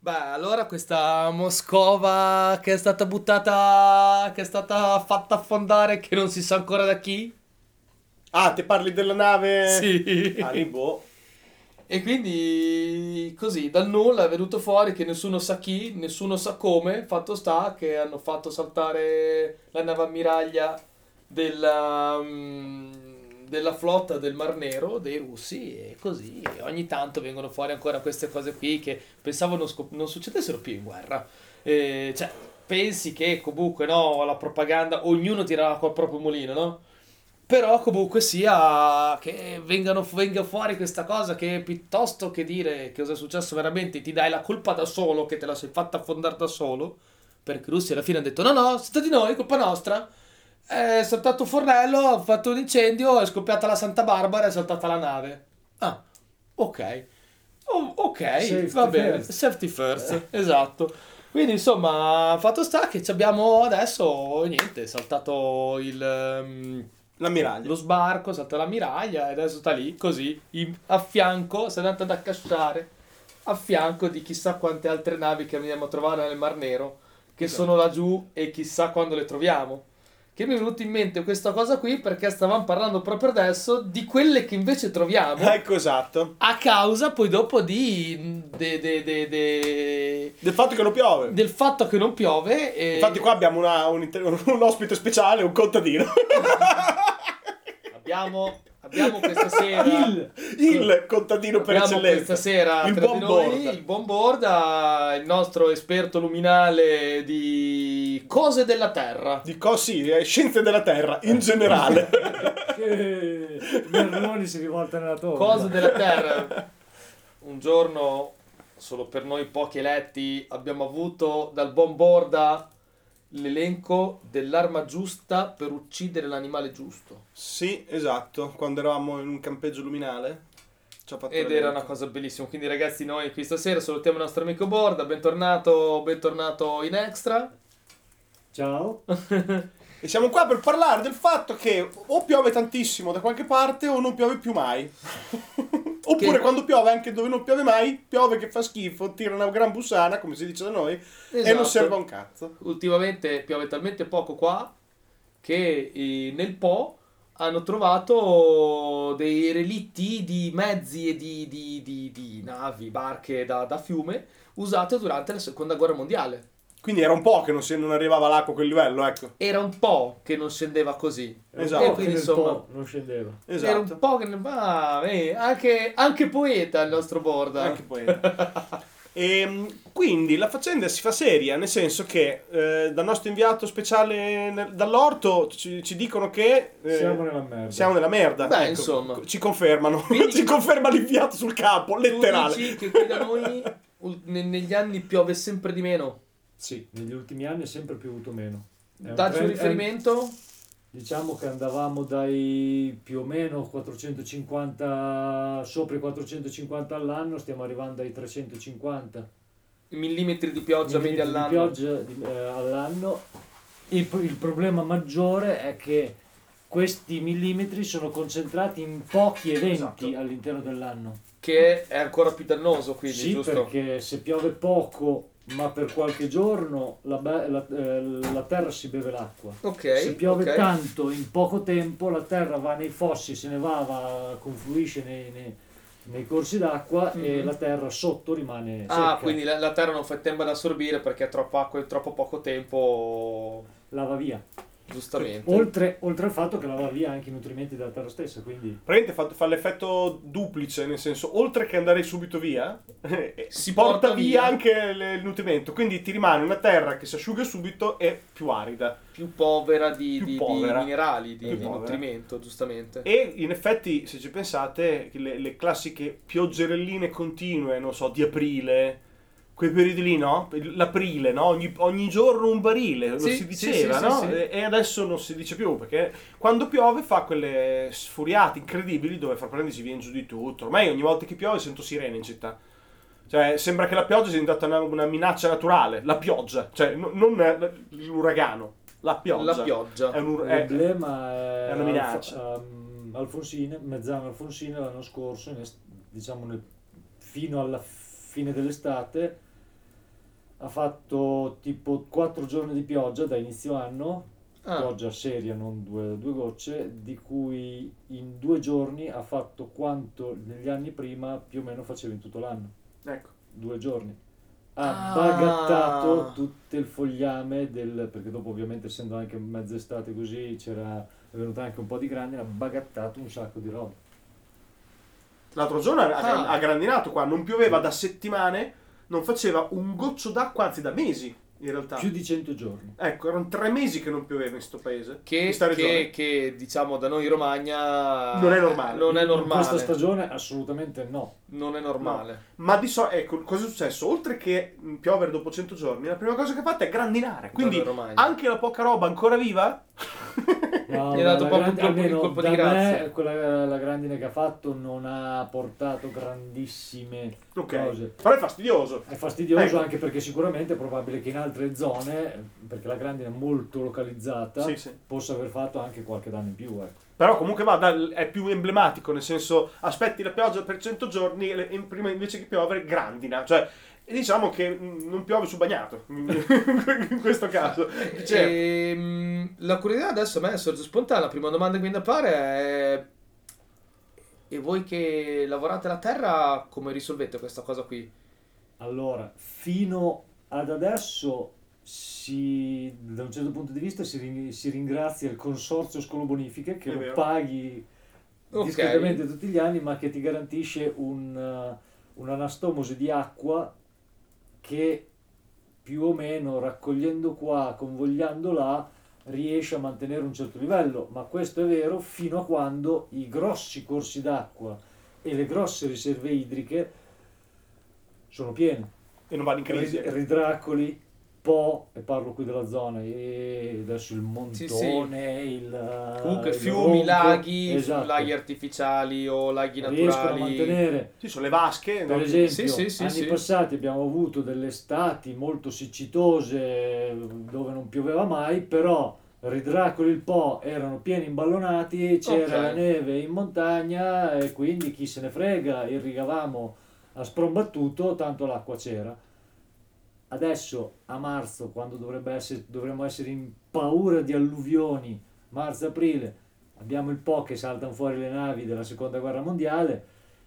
Beh, allora questa Moscova che è stata buttata, che è stata fatta affondare, che non si sa ancora da chi? Ah, te parli della nave... Sì. Ah, lì boh. E quindi così, dal nulla è venuto fuori che nessuno sa chi, nessuno sa come, fatto sta che hanno fatto saltare la nave ammiraglia della flotta del Mar Nero dei russi e così ogni tanto vengono fuori ancora queste cose qui che pensavo non succedessero più in guerra. Cioè, pensi che comunque no, la propaganda, ognuno tirava col proprio mulino, no? Però comunque sia che venga fuori questa cosa che piuttosto che dire che cosa è successo veramente ti dai la colpa da solo, che te la sei fatta affondare da solo, perché i russi alla fine hanno detto no no, siete di noi, colpa nostra. È saltato un fornello, ha fatto un incendio, è scoppiata la Santa Barbara, è saltata la nave. Ah, ok. Oh, ok, va Safety bene, first. safety first, esatto. Quindi insomma, fatto sta che ci abbiamo adesso, niente, è saltato L'ammiraglio. lo sbarco, salta l'ammiraglia e adesso sta lì, così, a fianco, sta andando ad accasciare, a fianco di chissà quante altre navi che andiamo a trovare nel Mar Nero, che Esatto. sono laggiù e chissà quando le troviamo. Che mi è venuto in mente questa cosa qui perché stavamo parlando proprio adesso di quelle che invece troviamo Ecco, esatto. a causa poi dopo Del fatto che non piove. del fatto che non piove e Infatti qua abbiamo un ospite speciale, un contadino. abbiamo questa sera Il contadino per abbiamo eccellenza. questa sera Il tra buon di noi Borda. il buon Borda, il nostro esperto luminale di cose della terra. Sì, scienze della terra, in generale. Che Merloni si rivolta nella tomba. Cose della terra. Un giorno, solo per noi pochi eletti, abbiamo avuto dal buon Borda l'elenco dell'arma giusta per uccidere l'animale giusto. Sì, esatto, quando eravamo in un campeggio luminale. Ci ha fatto Ed era l'elenco. una cosa bellissima. Quindi, ragazzi, noi qui stasera salutiamo il nostro amico Borda. Bentornato in extra. Ciao. E siamo qua per parlare del fatto che o piove tantissimo da qualche parte o non piove più mai. Oppure Che- quando piove anche dove non piove mai, piove che fa schifo, tira una gran busana, come si dice da noi, e non Esatto. serve a un cazzo. Ultimamente piove talmente poco qua che nel Po hanno trovato dei relitti di mezzi e di navi, barche da fiume usate durante la seconda guerra mondiale. Quindi era un po' che non arrivava l'acqua a quel livello, ecco. Era un po' che non scendeva così. Esatto. E Che quindi nel insomma Po non scendeva. era un Esatto. po' che anche poeta il nostro Borda. Anche poeta. E quindi la faccenda si fa seria, nel senso che dal nostro inviato speciale dall'orto ci dicono che Siamo nella merda. siamo nella merda. Beh, Ecco, insomma. ci confermano. Quindi- Ci conferma l'inviato sul campo, Tu letterale. dici che qui da noi negli anni piove sempre di meno. Sì, negli ultimi anni è sempre piovuto meno. È un Dacci un trend- riferimento. Diciamo che andavamo dai più o meno 450, sopra i 450 all'anno, stiamo arrivando ai 350 Millimetri di pioggia media millimetri all'anno. di pioggia all'anno. Il problema maggiore è che questi millimetri sono concentrati in pochi eventi Esatto. all'interno dell'anno. Che è ancora più dannoso, quindi, Sì, giusto? perché se piove poco ma per qualche giorno la terra si beve l'acqua. Ok. Se piove ok. tanto in poco tempo, la terra va nei fossi, se ne confluisce nei corsi d'acqua e Mhm. la terra sotto rimane Ah, secca. quindi la terra non fa in tempo ad assorbire perché è troppa acqua e troppo poco tempo. Lava via. Giustamente. Oltre al fatto che lava via anche i nutrimenti della terra stessa, quindi Praticamente fa l'effetto duplice, nel senso, oltre che andare subito via, Si porta porta via via. anche il nutrimento. Quindi ti rimane una terra che si asciuga subito e più arida. Più povera Più di povera. minerali, Più di povera. nutrimento, giustamente. E in effetti, se ci pensate, le classiche pioggerelline continue, non so, di aprile, quei periodi lì, no? L'aprile, no? Ogni giorno un barile, lo Sì, si sì, diceva, sì, no? sì, sì. E adesso non si dice più, perché quando piove fa quelle sfuriate incredibili dove fra parentesi viene giù di tutto. Ormai ogni volta che piove sento sirene in città. Cioè, sembra che la pioggia sia diventata una minaccia naturale. La pioggia, cioè, non l'uragano, la pioggia. La pioggia. È un, l'emblema è una minaccia. Alfonsine, Mezzano Alfonsine l'anno scorso, diciamo fino alla fine dell'estate, ha fatto tipo 4 giorni di pioggia da inizio anno, pioggia seria, non due gocce, di cui in 2 giorni ha fatto quanto negli anni prima più o meno faceva in tutto l'anno. Ecco. 2 giorni. Ha bagattato tutto il fogliame perché dopo ovviamente essendo anche mezz'estate così è venuta anche un po' di grandine, ha bagattato un sacco di roba. L'altro giorno ha grandinato qua, non pioveva da settimane, non faceva un goccio d'acqua, anzi da mesi in realtà. Più di 100 giorni. Ecco, erano 3 mesi che non pioveva in sto paese. Che diciamo da noi in Romagna non è normale. Non è normale. In questa stagione assolutamente no. Non è normale. No. Ma di ecco, cosa è successo? Oltre che piovere dopo 100 giorni, la prima cosa che ha fatto è grandinare. Quindi anche la poca roba ancora viva no, gli ha dato proprio un colpo di grazia. La grandine che ha fatto non ha portato grandissime cose. Però è fastidioso. È fastidioso ecco. Anche perché sicuramente è probabile che in altre zone, perché la grandine è molto localizzata, possa aver fatto anche qualche danno in più. Ecco. Però comunque è più emblematico, nel senso aspetti la pioggia per 100 giorni e prima invece che piovere grandina. Cioè, diciamo che non piove sul bagnato in questo caso. La curiosità adesso a me sorge spontanea. La prima domanda che viene da fare è: e voi che lavorate la terra come risolvete questa cosa qui? Allora, fino ad adesso da un certo punto di vista si ringrazia il consorzio scolobonifiche che lo paghi discretamente tutti gli anni, ma che ti garantisce un'anastomosi di acqua che più o meno raccogliendo qua, convogliando là, riesce a mantenere un certo livello. Ma questo è vero fino a quando i grossi corsi d'acqua e le grosse riserve idriche sono piene e non vanno in crisi. Ridracoli, Po, e parlo qui della zona, e adesso il Montone, comunque il fiumi, Ronco, laghi, esatto. Laghi artificiali o laghi naturali. Riescono a mantenere. Sì, sono le vasche. Per esempio, anni passati abbiamo avuto delle estati molto siccitose dove non pioveva mai, però Ridracoli, il Po erano pieni imballonati, c'era la neve in montagna e quindi chi se ne frega, irrigavamo a sprombattuto, tanto l'acqua c'era. Adesso a marzo, quando dovremmo essere in paura di alluvioni, marzo-aprile, abbiamo il Po che saltano fuori le navi della seconda guerra mondiale,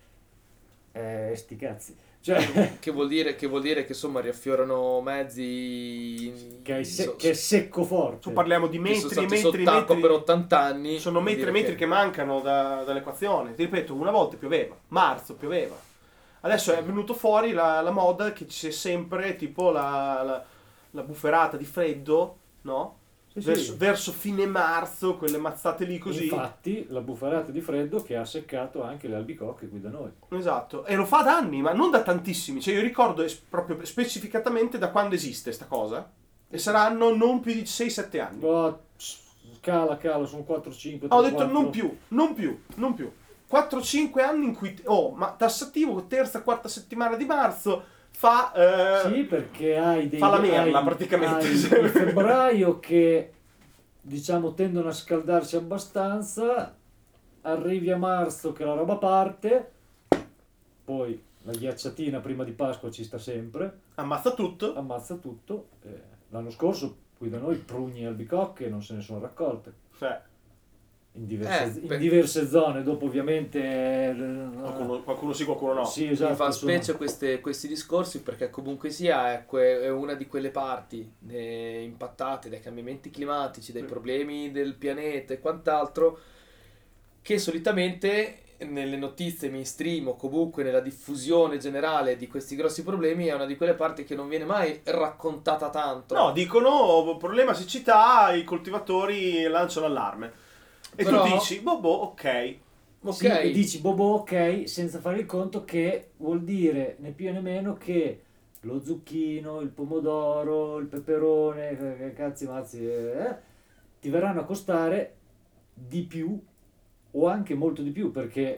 sti cazzi. Cioè, che vuol dire che insomma riaffiorano mezzi che è secco forte. Tu parliamo di metri e metri sott'acqua per 80 anni. Sono metri e metri che mancano dall'equazione. Ti ripeto, una volta pioveva, marzo pioveva. Adesso è venuto fuori la moda che c'è sempre tipo la bufferata di freddo, no? Verso fine marzo, quelle mazzate lì così. Infatti la bufferata di freddo che ha seccato anche le albicocche qui da noi. Esatto, e lo fa da anni, ma non da tantissimi. Cioè io ricordo proprio specificatamente da quando esiste sta cosa. E saranno non più di 6-7 anni. Cala, sono 4-5. Ho detto non più. 4-5 anni in cui ma tassativo terza quarta settimana di marzo fa sì, perché fa la merla praticamente. Hai il febbraio che diciamo tendono a scaldarsi abbastanza, arrivi a marzo che la roba parte, poi la ghiacciatina prima di Pasqua ci sta sempre, ammazza tutto. L'anno scorso qui da noi prugni e albicocche non se ne sono raccolte. In diverse zone, dopo ovviamente qualcuno sì, qualcuno no. Sì, esatto, mi fa specie questi discorsi perché comunque sia è una di quelle parti impattate dai cambiamenti climatici, dai problemi del pianeta e quant'altro, che solitamente nelle notizie mainstream o comunque nella diffusione generale di questi grossi problemi è una di quelle parti che non viene mai raccontata tanto. No, dicono problema siccità, i coltivatori lanciano allarme. E però, tu dici, ok. Sì, e dici, ok, senza fare il conto che vuol dire né più né meno che lo zucchino, il pomodoro, il peperone, che cazzi mazzi, ti verranno a costare di più o anche molto di più, perché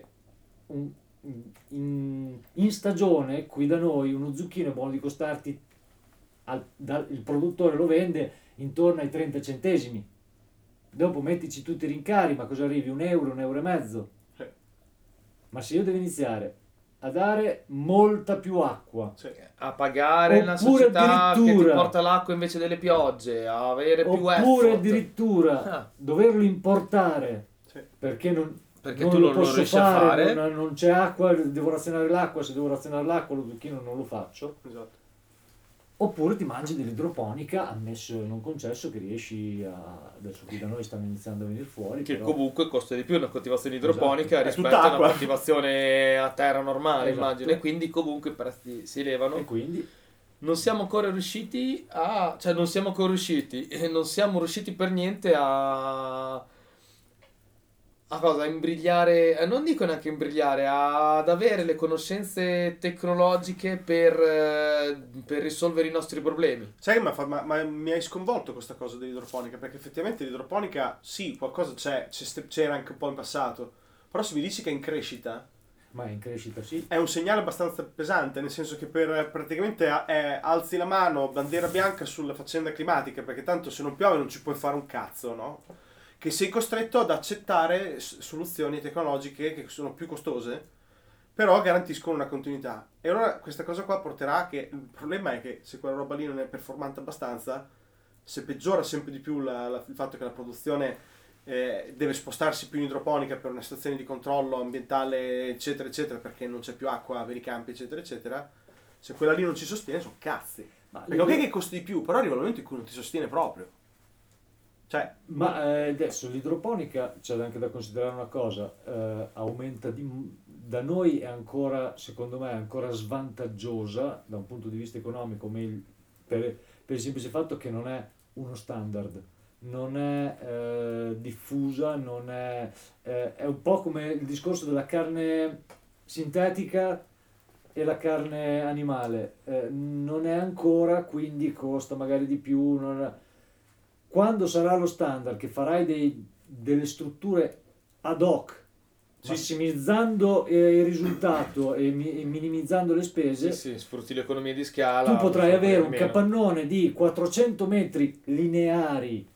in stagione qui da noi uno zucchino è buono di costarti, il produttore lo vende intorno ai 30 centesimi. Dopo mettici tutti i rincari, ma cosa arrivi? €1, €1,50? Ma se io devo iniziare a dare molta più acqua. Sì. A pagare una Oppure società che ti addirittura- porta l'acqua invece delle piogge, a avere più Oppure effort. addirittura Ah. doverlo importare Sì. perché non Tu lo non posso riesci a fare. non c'è acqua, devo razionare l'acqua, se devo razionare l'acqua lo zucchino non lo faccio. Esatto. Oppure ti mangi dell'idroponica, ammesso e non concesso che riesci adesso qui da noi stanno iniziando a venire fuori, Che però- comunque costa di più una coltivazione idroponica Esatto. rispetto È tutta a una acqua. coltivazione a terra normale, Esatto. immagino. E quindi comunque i prezzi si elevano. e quindi Non siamo ancora riusciti non siamo ancora riusciti e non siamo riusciti per niente a cosa? A imbrigliare, non dico neanche imbrigliare, ad avere le conoscenze tecnologiche per risolvere i nostri problemi. Sai che ma mi hai sconvolto questa cosa dell'idroponica, perché effettivamente l'idroponica sì, qualcosa c'era anche un po' in passato, però se mi dici che è in crescita ma è in crescita sì. è un segnale abbastanza pesante, nel senso che praticamente alzi la mano, bandiera bianca sulla faccenda climatica, perché tanto se non piove non ci puoi fare un cazzo, no? Che sei costretto ad accettare soluzioni tecnologiche che sono più costose, però garantiscono una continuità. E allora questa cosa qua porterà a che il problema è che se quella roba lì non è performante abbastanza, se peggiora sempre di più il fatto che la produzione deve spostarsi più in idroponica per una situazione di controllo ambientale, eccetera, eccetera, perché non c'è più acqua per i campi, eccetera, eccetera, se quella lì non ci sostiene sono cazzi. Perché ok che costi di più, però arriva il momento in cui non ti sostiene proprio. Cioè, Ma adesso l'idroponica c'è anche da considerare una cosa, aumenta da noi è ancora, secondo me, è ancora svantaggiosa da un punto di vista economico, per il semplice fatto che non è uno standard, non è diffusa, non è un po' come il discorso della carne sintetica e la carne animale, non è ancora, quindi costa magari di più. Quando sarà lo standard che farai delle strutture ad hoc, Sì. massimizzando il risultato e minimizzando le spese, Sì, sfrutti l'economia di scala. tu potrai avere un meno. capannone di 400 metri lineari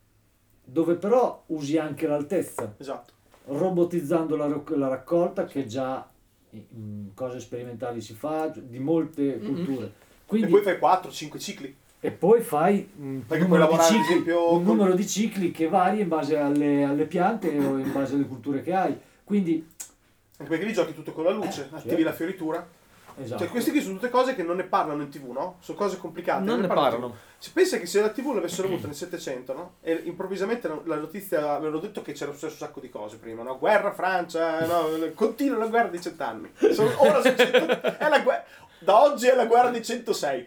dove però usi anche l'altezza, esatto. robotizzando la raccolta, che già in cose sperimentali si fa, di molte culture. E Quindi, poi fai 4-5 cicli. e poi fai un Perché puoi lavorare, ad esempio, un numero di cicli che varia in base alle piante o in base alle culture che hai. Quindi, Anche perché lì giochi tutto con la luce, attivi certo. la fioritura. esatto. Cioè, queste qui sono tutte cose che non ne parlano in TV, no? Sono cose complicate. Non ne parlano. Si pensa che se la TV l'avessero avuta nel 700, no? E improvvisamente la notizia, avevano detto che c'era successo un sacco di cose prima, no? Guerra, Francia, no? Continua la guerra di 100 anni. Ora è la guerra. Da oggi è la guerra di 106.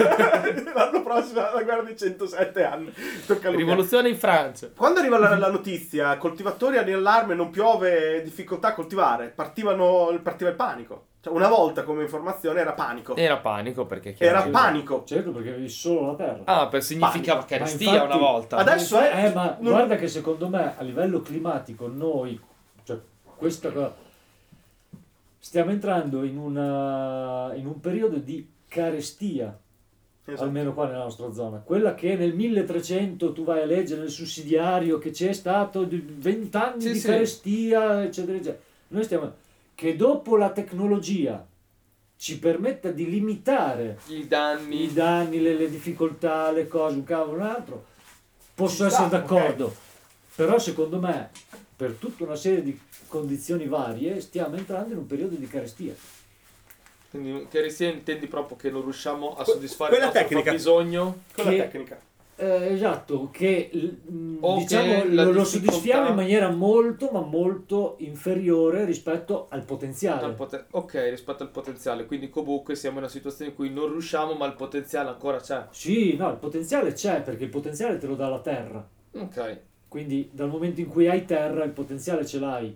L'anno prossimo è la guerra di 107 anni. Tocca a Luca. Rivoluzione in Francia. Quando arriva la notizia, coltivatori in allarme, non piove, difficoltà a coltivare, partiva il panico. Cioè, una volta come informazione era panico. Era panico perché Era chiaramente- panico. Certo, perché avevi solo la terra. significava Panico. carestia Ma infatti- una volta. Adesso è... Ma non- guarda che secondo me a livello climatico noi, cioè questa cosa, stiamo entrando in un periodo di carestia, Esatto. almeno qua nella nostra zona. Quella che nel 1300 tu vai a leggere nel sussidiario che c'è stato 20 anni Sì, di sì. carestia, eccetera, eccetera. Noi stiamo... Che dopo la tecnologia ci permetta di limitare I danni. i danni, le difficoltà, le cose, un cavolo, un altro, posso Ci sta, essere d'accordo. Però secondo me, per tutta una serie di condizioni varie, stiamo entrando in un periodo di carestia. Quindi carestia intendi proprio che non riusciamo a soddisfare il quella nostro tecnica. fabbisogno. Con la che- tecnica. Esatto, che O diciamo che la lo difficoltà- soddisfiamo in maniera molto, ma molto inferiore rispetto al potenziale. Ok, rispetto al potenziale. Quindi comunque siamo in una situazione in cui non riusciamo, ma il potenziale ancora c'è. Sì, no, il potenziale c'è, perché il potenziale te lo dà la terra. Ok. Quindi dal momento in cui hai terra, il potenziale ce l'hai.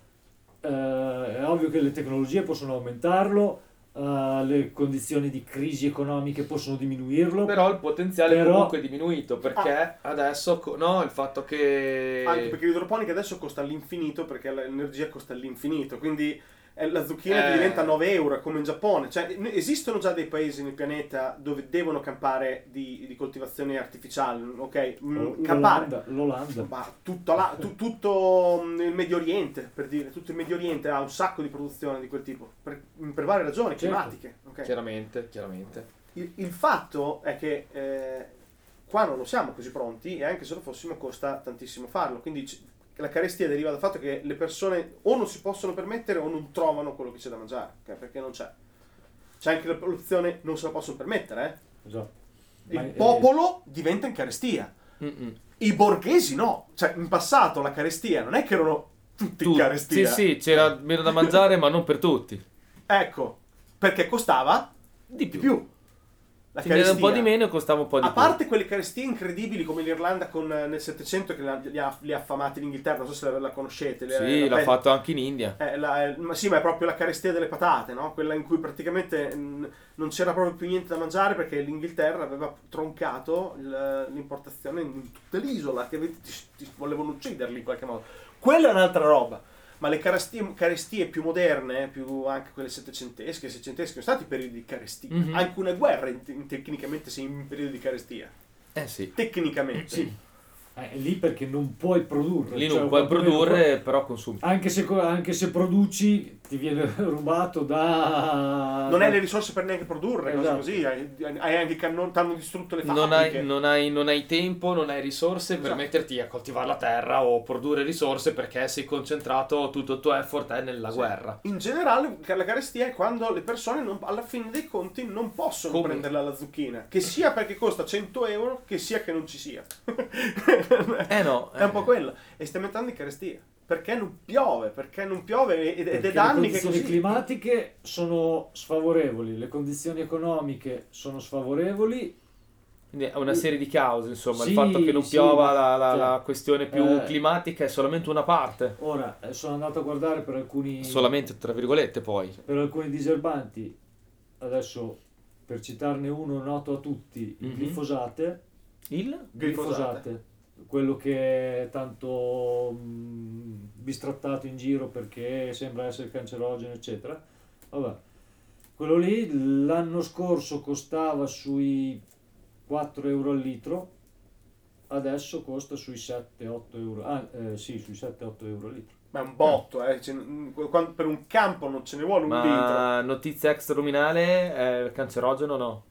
È ovvio che le tecnologie possono aumentarlo, le condizioni di crisi economiche possono diminuirlo. Però il potenziale Però- comunque è diminuito perché adesso, no, il fatto che... Anche perché l'idroponica adesso costa all'infinito, perché l'energia costa all'infinito, quindi la zucchina che diventa 9 euro, come in Giappone. Cioè, esistono già dei paesi nel pianeta dove devono campare di coltivazione artificiale, ok? Campare. L'Olanda. Ma tutto il Medio Oriente, per dire, tutto il Medio Oriente ha un sacco di produzione di quel tipo, per varie ragioni climatiche. Okay? Chiaramente. Il fatto è che qua non lo siamo così pronti, e anche se lo fossimo costa tantissimo farlo, quindi la carestia deriva dal fatto che le persone o non si possono permettere o non trovano quello che c'è da mangiare, okay? Perché non c'è. C'è anche l'opzione non se la possono permettere, Esatto. Il popolo diventa in carestia. I borghesi no. Cioè, in passato la carestia non è che erano tutti in carestia. Sì, c'era meno da mangiare, ma non per tutti. Ecco, perché costava di più. La carestia, un po' di meno e costava un po' di più. A parte quelle carestie incredibili come l'Irlanda nel 700 che li ha affamati l'Inghilterra, non so se la conoscete. Sì, l'ha fatto anche in India. Sì, ma è proprio la carestia delle patate, no? Quella in cui praticamente non c'era proprio più niente da mangiare perché l'Inghilterra aveva troncato l'importazione in tutta l'isola, che ti volevano ucciderli in qualche modo. Quella è un'altra roba. Ma le carestie più moderne, più anche quelle settecentesche, sono stati periodi di carestia. Anche una guerra tecnicamente sei in periodo di carestia. Sì. Tecnicamente. Sì. Lì perché non puoi produrre. Lì non puoi produrre, però consumi. Anche se produci ti viene rubato da... Non hai le risorse per neanche produrre, esatto. Cose così. Hai anche che ti hanno distrutto le fabbriche. Non hai tempo, non hai risorse per Esatto. metterti a coltivare la terra o produrre risorse perché sei concentrato, tutto il tuo effort è nella guerra. In generale la carestia è quando le persone alla fine dei conti non possono prenderla la zucchina. Che sia perché costa 100 euro, che sia che non ci sia. No. È un po' quello. E stiamo entrando in carestia. Perché non piove ed è da anni che le condizioni climatiche sono sfavorevoli, le condizioni economiche sono sfavorevoli. Quindi è una serie di cause, insomma, il fatto che non piova, la questione più climatica è solamente una parte. Ora, sono andato a guardare per alcuni... Solamente, tra virgolette, poi. Per alcuni diserbanti, adesso, per citarne uno noto a tutti, il glifosate. Il glifosate. Quello che è tanto bistrattato in giro perché sembra essere cancerogeno, eccetera. Vabbè, quello lì l'anno scorso costava sui 4 euro al litro, adesso costa sui 7-8 euro. Sui 7-8 euro al litro. Ma è un botto, per un campo non ce ne vuole un litro. Ma notizia extraluminale, è cancerogeno o no?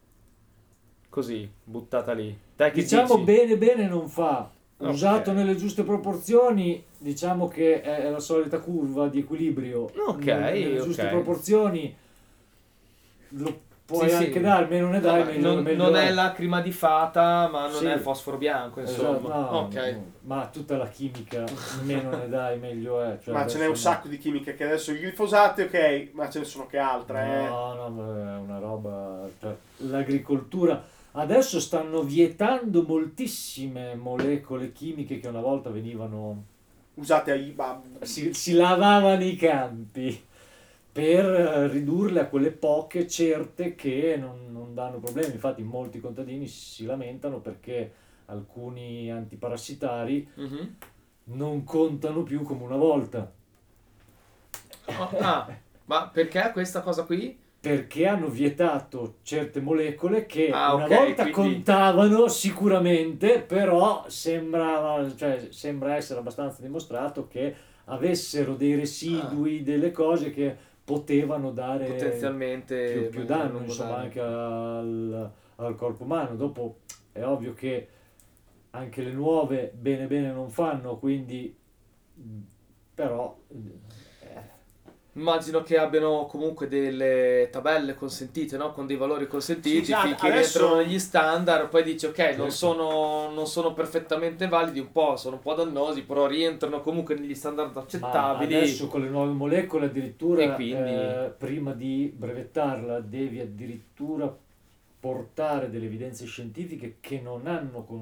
Così, buttata lì. Diciamo bene non fa. Usato nelle giuste proporzioni, diciamo che è la solita curva di equilibrio. Nelle giuste proporzioni lo puoi anche dare, meno ne dai, meglio non è lacrima di fata, ma non è fosforo bianco, insomma. Esatto, ma tutta la chimica, meno ne dai, meglio è. Cioè ma ce n'è un sacco di chimiche che adesso il glifosate, ok, ma ce ne sono che altre. No, è una roba. Cioè, l'agricoltura. Adesso stanno vietando moltissime molecole chimiche che una volta venivano usate si lavavano i campi per ridurle a quelle poche certe che non danno problemi. Infatti molti contadini si lamentano perché alcuni antiparassitari non contano più come una volta. Ma perché questa cosa qui? Perché hanno vietato certe molecole che una volta contavano sicuramente, però sembra essere abbastanza dimostrato che avessero dei residui, delle cose che potevano dare potenzialmente più danno, insomma, anche al corpo umano. Dopo è ovvio che anche le nuove bene non fanno, quindi però... Immagino che abbiano comunque delle tabelle consentite, no? Con dei valori consentiti, sì, finché rientrano negli standard, poi dici ok, non sono perfettamente validi, sono un po' dannosi, però rientrano comunque negli standard accettabili. Ma adesso con le nuove molecole addirittura, e quindi... prima di brevettarla devi addirittura portare delle evidenze scientifiche che non hanno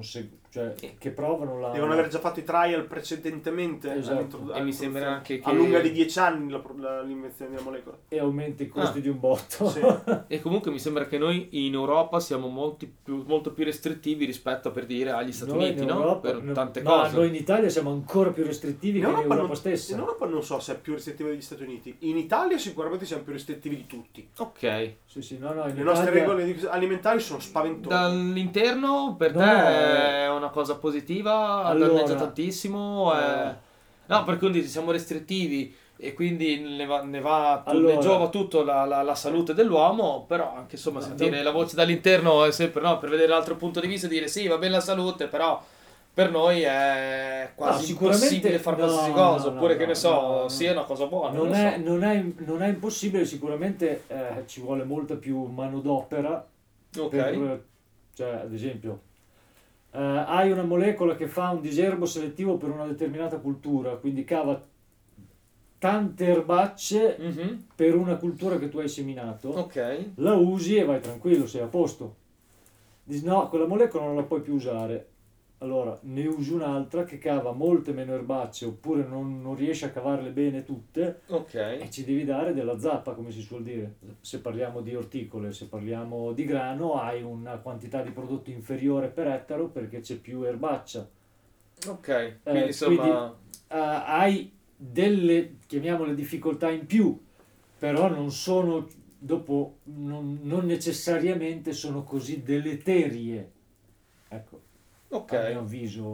cioè che provano la... Devono aver già fatto i trial precedentemente. Esatto. E mi sembra anche che... a lunga di 10 anni l'invenzione della molecola. E aumenta i costi di un botto. Sì. E comunque mi sembra che noi in Europa siamo molto più restrittivi rispetto, per dire, agli Stati Noi Uniti, in no? Europa, Per tante ma cose. noi in Italia siamo ancora più restrittivi che in Europa stessa. In Europa non so se è più restrittivo degli Stati Uniti. In Italia sicuramente siamo più restrittivi di tutti. Ok. Sì, no, in Le nostre Italia... regole alimentari sono spaventose. Dall'interno per No, te è una cosa positiva, allora, danneggia tantissimo. No, perché quindi siamo restrittivi e quindi ne giova tutto la salute dell'uomo, però anche insomma sentire la voce dall'interno è sempre, no, per vedere l'altro punto di vista e dire sì, va bene la salute, però per noi è quasi impossibile fare qualsiasi cosa, oppure che ne so, sia una cosa buona. Non è impossibile, sicuramente ci vuole molta più manodopera. Ok. Cioè, ad esempio, hai una molecola che fa un diserbo selettivo per una determinata cultura, quindi cava tante erbacce per una cultura che tu hai seminato, Ok. la usi e vai tranquillo, sei a posto. Dici no, quella molecola non la puoi più usare. Allora ne usi un'altra che cava molte meno erbacce, oppure non riesce a cavarle bene tutte, Ok. e ci devi dare della zappa, come si suol dire. Se parliamo di orticole, se parliamo di grano, hai una quantità di prodotto inferiore per ettaro perché c'è più erbaccia. Ok. Quindi insomma... Hai delle, chiamiamole, difficoltà in più, però non sono, dopo, non necessariamente sono così deleterie. Ecco. Ok. A mio avviso,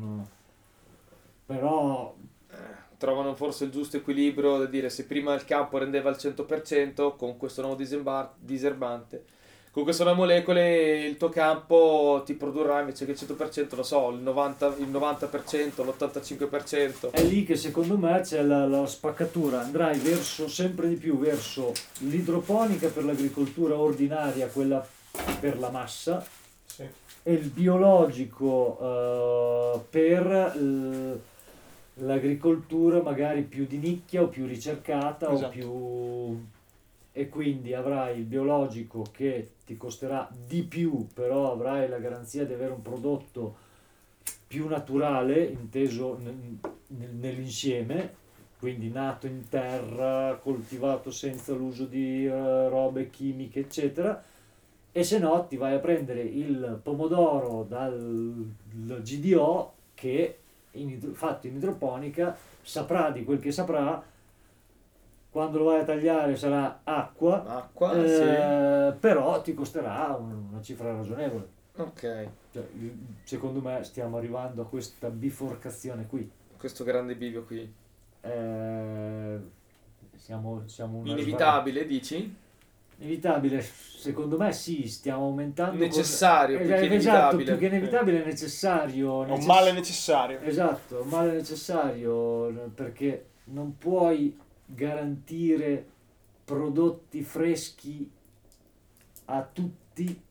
però Trovano forse il giusto equilibrio da dire se prima il campo rendeva al 100% con questo nuovo diserbante, con queste nuove molecole il tuo campo ti produrrà invece che il 100%, lo so, il 90%, l'85%. è lì che secondo me c'è la spaccatura, andrai sempre di più verso l'idroponica per l'agricoltura ordinaria, quella per la massa, Sì. e il biologico per l'agricoltura magari più di nicchia o più ricercata, esatto. o più... E quindi avrai il biologico che ti costerà di più, però avrai la garanzia di avere un prodotto più naturale, inteso nell'insieme, quindi nato in terra, coltivato senza l'uso di robe chimiche, eccetera. E se no ti vai a prendere il pomodoro dal GDO che fatto in idroponica saprà di quel che saprà, quando lo vai a tagliare sarà acqua, Sì. però ti costerà una cifra ragionevole. Ok. Cioè, secondo me stiamo arrivando a questa biforcazione qui. Questo grande bivio qui. Siamo Inevitabile, dici? Inevitabile, secondo me sì, stiamo aumentando. Necessario, più che Esatto, inevitabile. più che inevitabile è necessario. È un male necessario. Esatto, un male necessario, perché non puoi garantire prodotti freschi a tutti.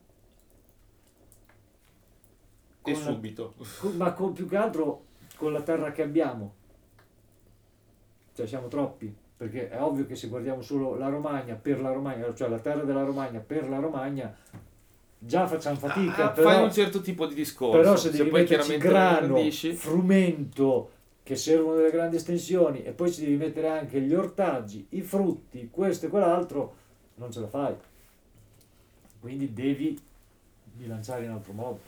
E subito. Ma più che altro con la terra che abbiamo. Cioè siamo troppi. Perché è ovvio che se guardiamo solo la Romagna per la Romagna, cioè la terra della Romagna per la Romagna, già facciamo fatica. Però, fai un certo tipo di discorso. Però se devi poi metterci chiaramente grano, frumento, che servono delle grandi estensioni, e poi ci devi mettere anche gli ortaggi, i frutti, questo e quell'altro, non ce la fai. Quindi devi bilanciare in altro modo.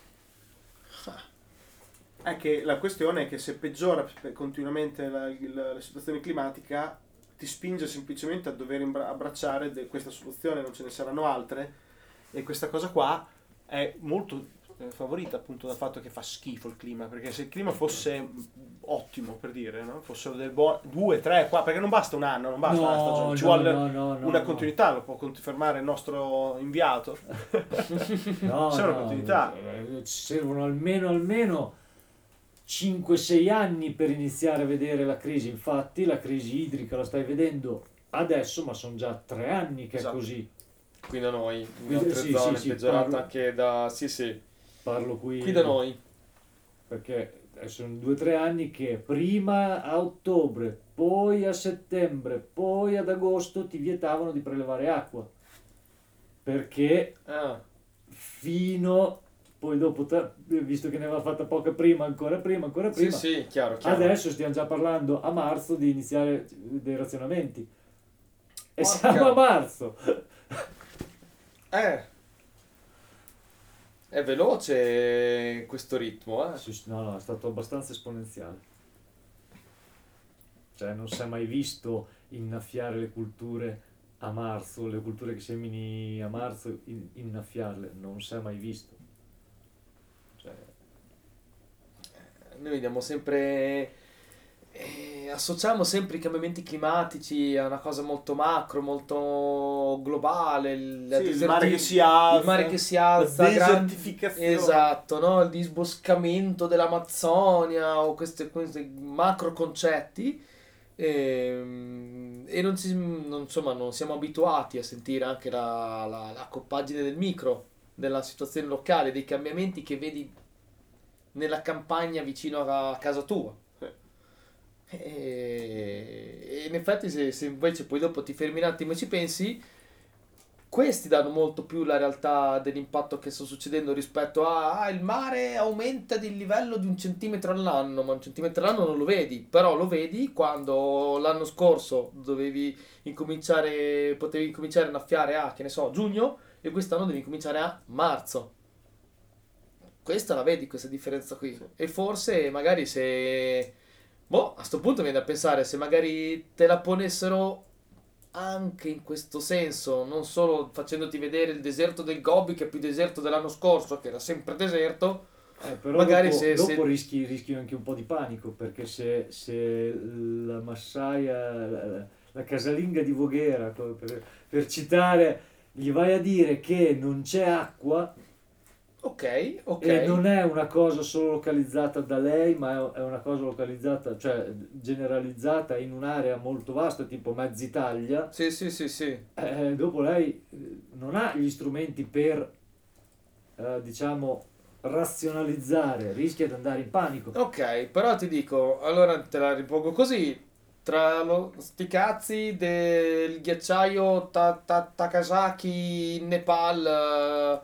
È che la questione è che se peggiora continuamente la situazione climatica, ti spinge semplicemente a dover abbracciare questa soluzione, non ce ne saranno altre, e questa cosa qua è molto favorita appunto dal fatto che fa schifo il clima, perché se il clima fosse ottimo, per dire, no? Fossero 2, 3, 4, perché non basta un anno, non basta una stagione, ci vuole una continuità, lo può confermare il nostro inviato. C'è una continuità. Servono almeno 5-6 anni per iniziare a vedere la crisi. Infatti la crisi idrica la stai vedendo adesso, ma sono già 3 anni che è così. Qui da noi, in altre zone, peggiorata anche da... Sì. Parlo qui da noi. Perché sono 2-3 anni che prima a ottobre, poi a settembre, poi ad agosto ti vietavano di prelevare acqua. Perché fino poi dopo, visto che ne aveva fatta poca prima, ancora prima. Sì, chiaro. Adesso stiamo già parlando a marzo di iniziare dei razionamenti. E Porca. siamo a marzo. È veloce questo ritmo, eh? Sì, no, è stato abbastanza esponenziale. Cioè non si è mai visto innaffiare le culture a marzo, le culture che semini a marzo, innaffiarle, non si è mai visto. Cioè, Noi vediamo sempre, associamo sempre i cambiamenti climatici a una cosa molto macro, molto globale, il mare che si alza, il mare che si alza, la desertificazione. esatto, no? Il disboscamento dell'Amazzonia o questi macro concetti. E insomma, non siamo abituati a sentire anche la compagine del micro, della situazione locale, dei cambiamenti che vedi nella campagna vicino a casa tua. E in effetti se invece poi dopo ti fermi un attimo e ci pensi, questi danno molto più la realtà dell'impatto che sta succedendo rispetto a il mare aumenta di livello di 1 centimetro all'anno, ma 1 centimetro all'anno non lo vedi, però lo vedi quando l'anno scorso potevi incominciare a innaffiare a, che ne so, giugno, e quest'anno devi incominciare a marzo. Questa la vedi, questa differenza qui. Sì. E forse magari se... a sto punto viene da pensare, se magari te la ponessero anche in questo senso, non solo facendoti vedere il deserto del Gobi, che è più deserto dell'anno scorso, che era sempre deserto, però magari dopo rischi anche un po' di panico, perché se la massaia, la casalinga di Voghera, per citare, gli vai a dire che non c'è acqua, ok, e non è una cosa solo localizzata da lei, ma è una cosa localizzata, cioè generalizzata in un'area molto vasta, tipo mezza Italia. Sì. Dopo lei non ha gli strumenti per, diciamo, razionalizzare, rischia di andare in panico. Ok, però ti dico, allora te la ripongo così, tra sti cazzi del ghiacciaio Takasaki in Nepal,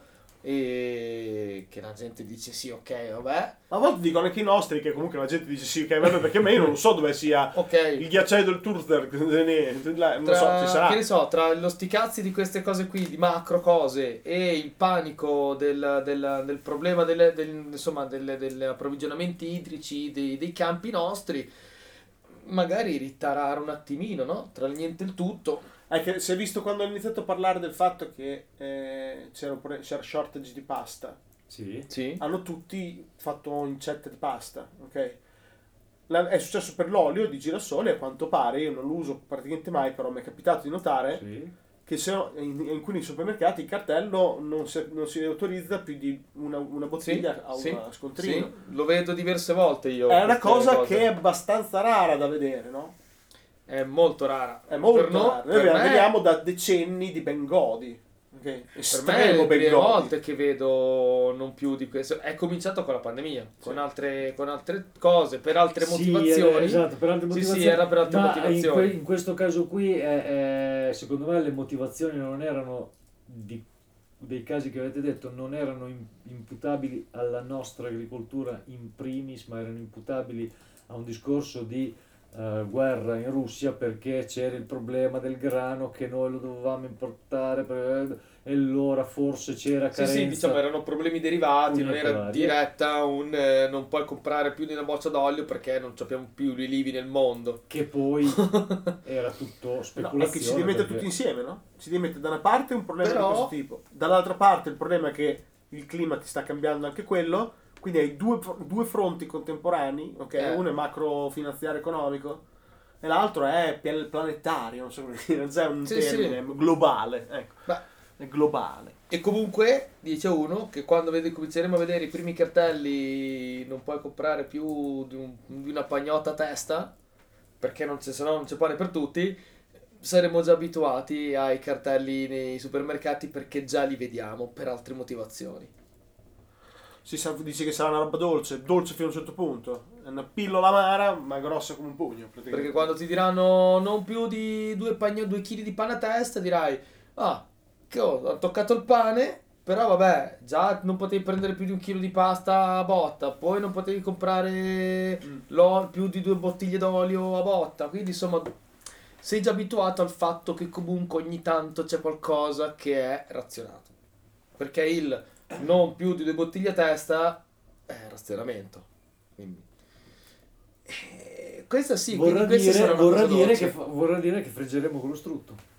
e che la gente dice sì, ok, vabbè. A volte dicono anche i nostri che comunque la gente dice sì, ok, vabbè, perché io non lo so dove sia Ok. il ghiacciaio del Turster, non lo so, ci sarà. Che ne so, tra lo sticazzi di queste cose qui, di macro cose, e il panico del problema insomma, degli approvvigionamenti idrici dei campi nostri, magari ritarare un attimino, no? Tra il niente e il tutto. È che si è visto quando hanno iniziato a parlare del fatto che c'era shortage di pasta. Sì. Hanno tutti fatto incetta di pasta, ok? È successo per l'olio di girasole, a quanto pare, io non lo uso praticamente mai, però mi è capitato di notare che in alcuni supermercati il cartello non si autorizza più di una bottiglia a una scontrino. Sì, lo vedo diverse volte io. È una cosa che è abbastanza rara da vedere, no? È molto rara. È molto rara. Noi la vediamo da decenni di Bengodi. Okay? Per me è le prime volte che vedo non più di questo. È cominciato con la pandemia, con altre cose, per altre motivazioni. Esatto, per altre motivazioni. Sì, era per altre motivazioni. In questo caso qui, secondo me, le motivazioni non erano dei casi che avete detto, non erano imputabili alla nostra agricoltura in primis, ma erano imputabili a un discorso di guerra in Russia, perché c'era il problema del grano che noi lo dovevamo importare e allora forse c'era carenza. Sì, diciamo erano problemi derivati, non era diretta non puoi comprare più di una boccia d'olio perché non abbiamo più gli olivi nel mondo. Che poi era tutto speculazione. No, è che si dimette tutti insieme, no? Si dimette da una parte un problema di questo tipo, dall'altra parte il problema è che il clima ti sta cambiando anche quello. Quindi hai due fronti contemporanei, ok? Uno è macro finanziario economico e l'altro è planetario, non so come dire, non c'è un termine, globale, ecco. È globale. E comunque, dice uno, che quando cominceremo a vedere i primi cartelli non puoi comprare più di una pagnotta a testa, perché sennò non c'è pane per tutti, saremo già abituati ai cartelli nei supermercati perché già li vediamo per altre motivazioni. Dice che sarà una roba dolce fino a un certo punto, è una pillola amara ma grossa come un pugno. Perché quando ti diranno non più di 2 kg di pane a testa, dirai, che ho toccato il pane Però vabbè, già non potevi prendere più di 1 chilo di pasta a botta, poi non potevi comprare più di 2 bottiglie d'olio a botta, quindi insomma sei già abituato al fatto che comunque ogni tanto c'è qualcosa che è razionato. Perché il non più di 2 bottiglie a testa è razionamento. Quindi questa sì, quindi questi saranno vorrà dire che freggeremo con lo strutto.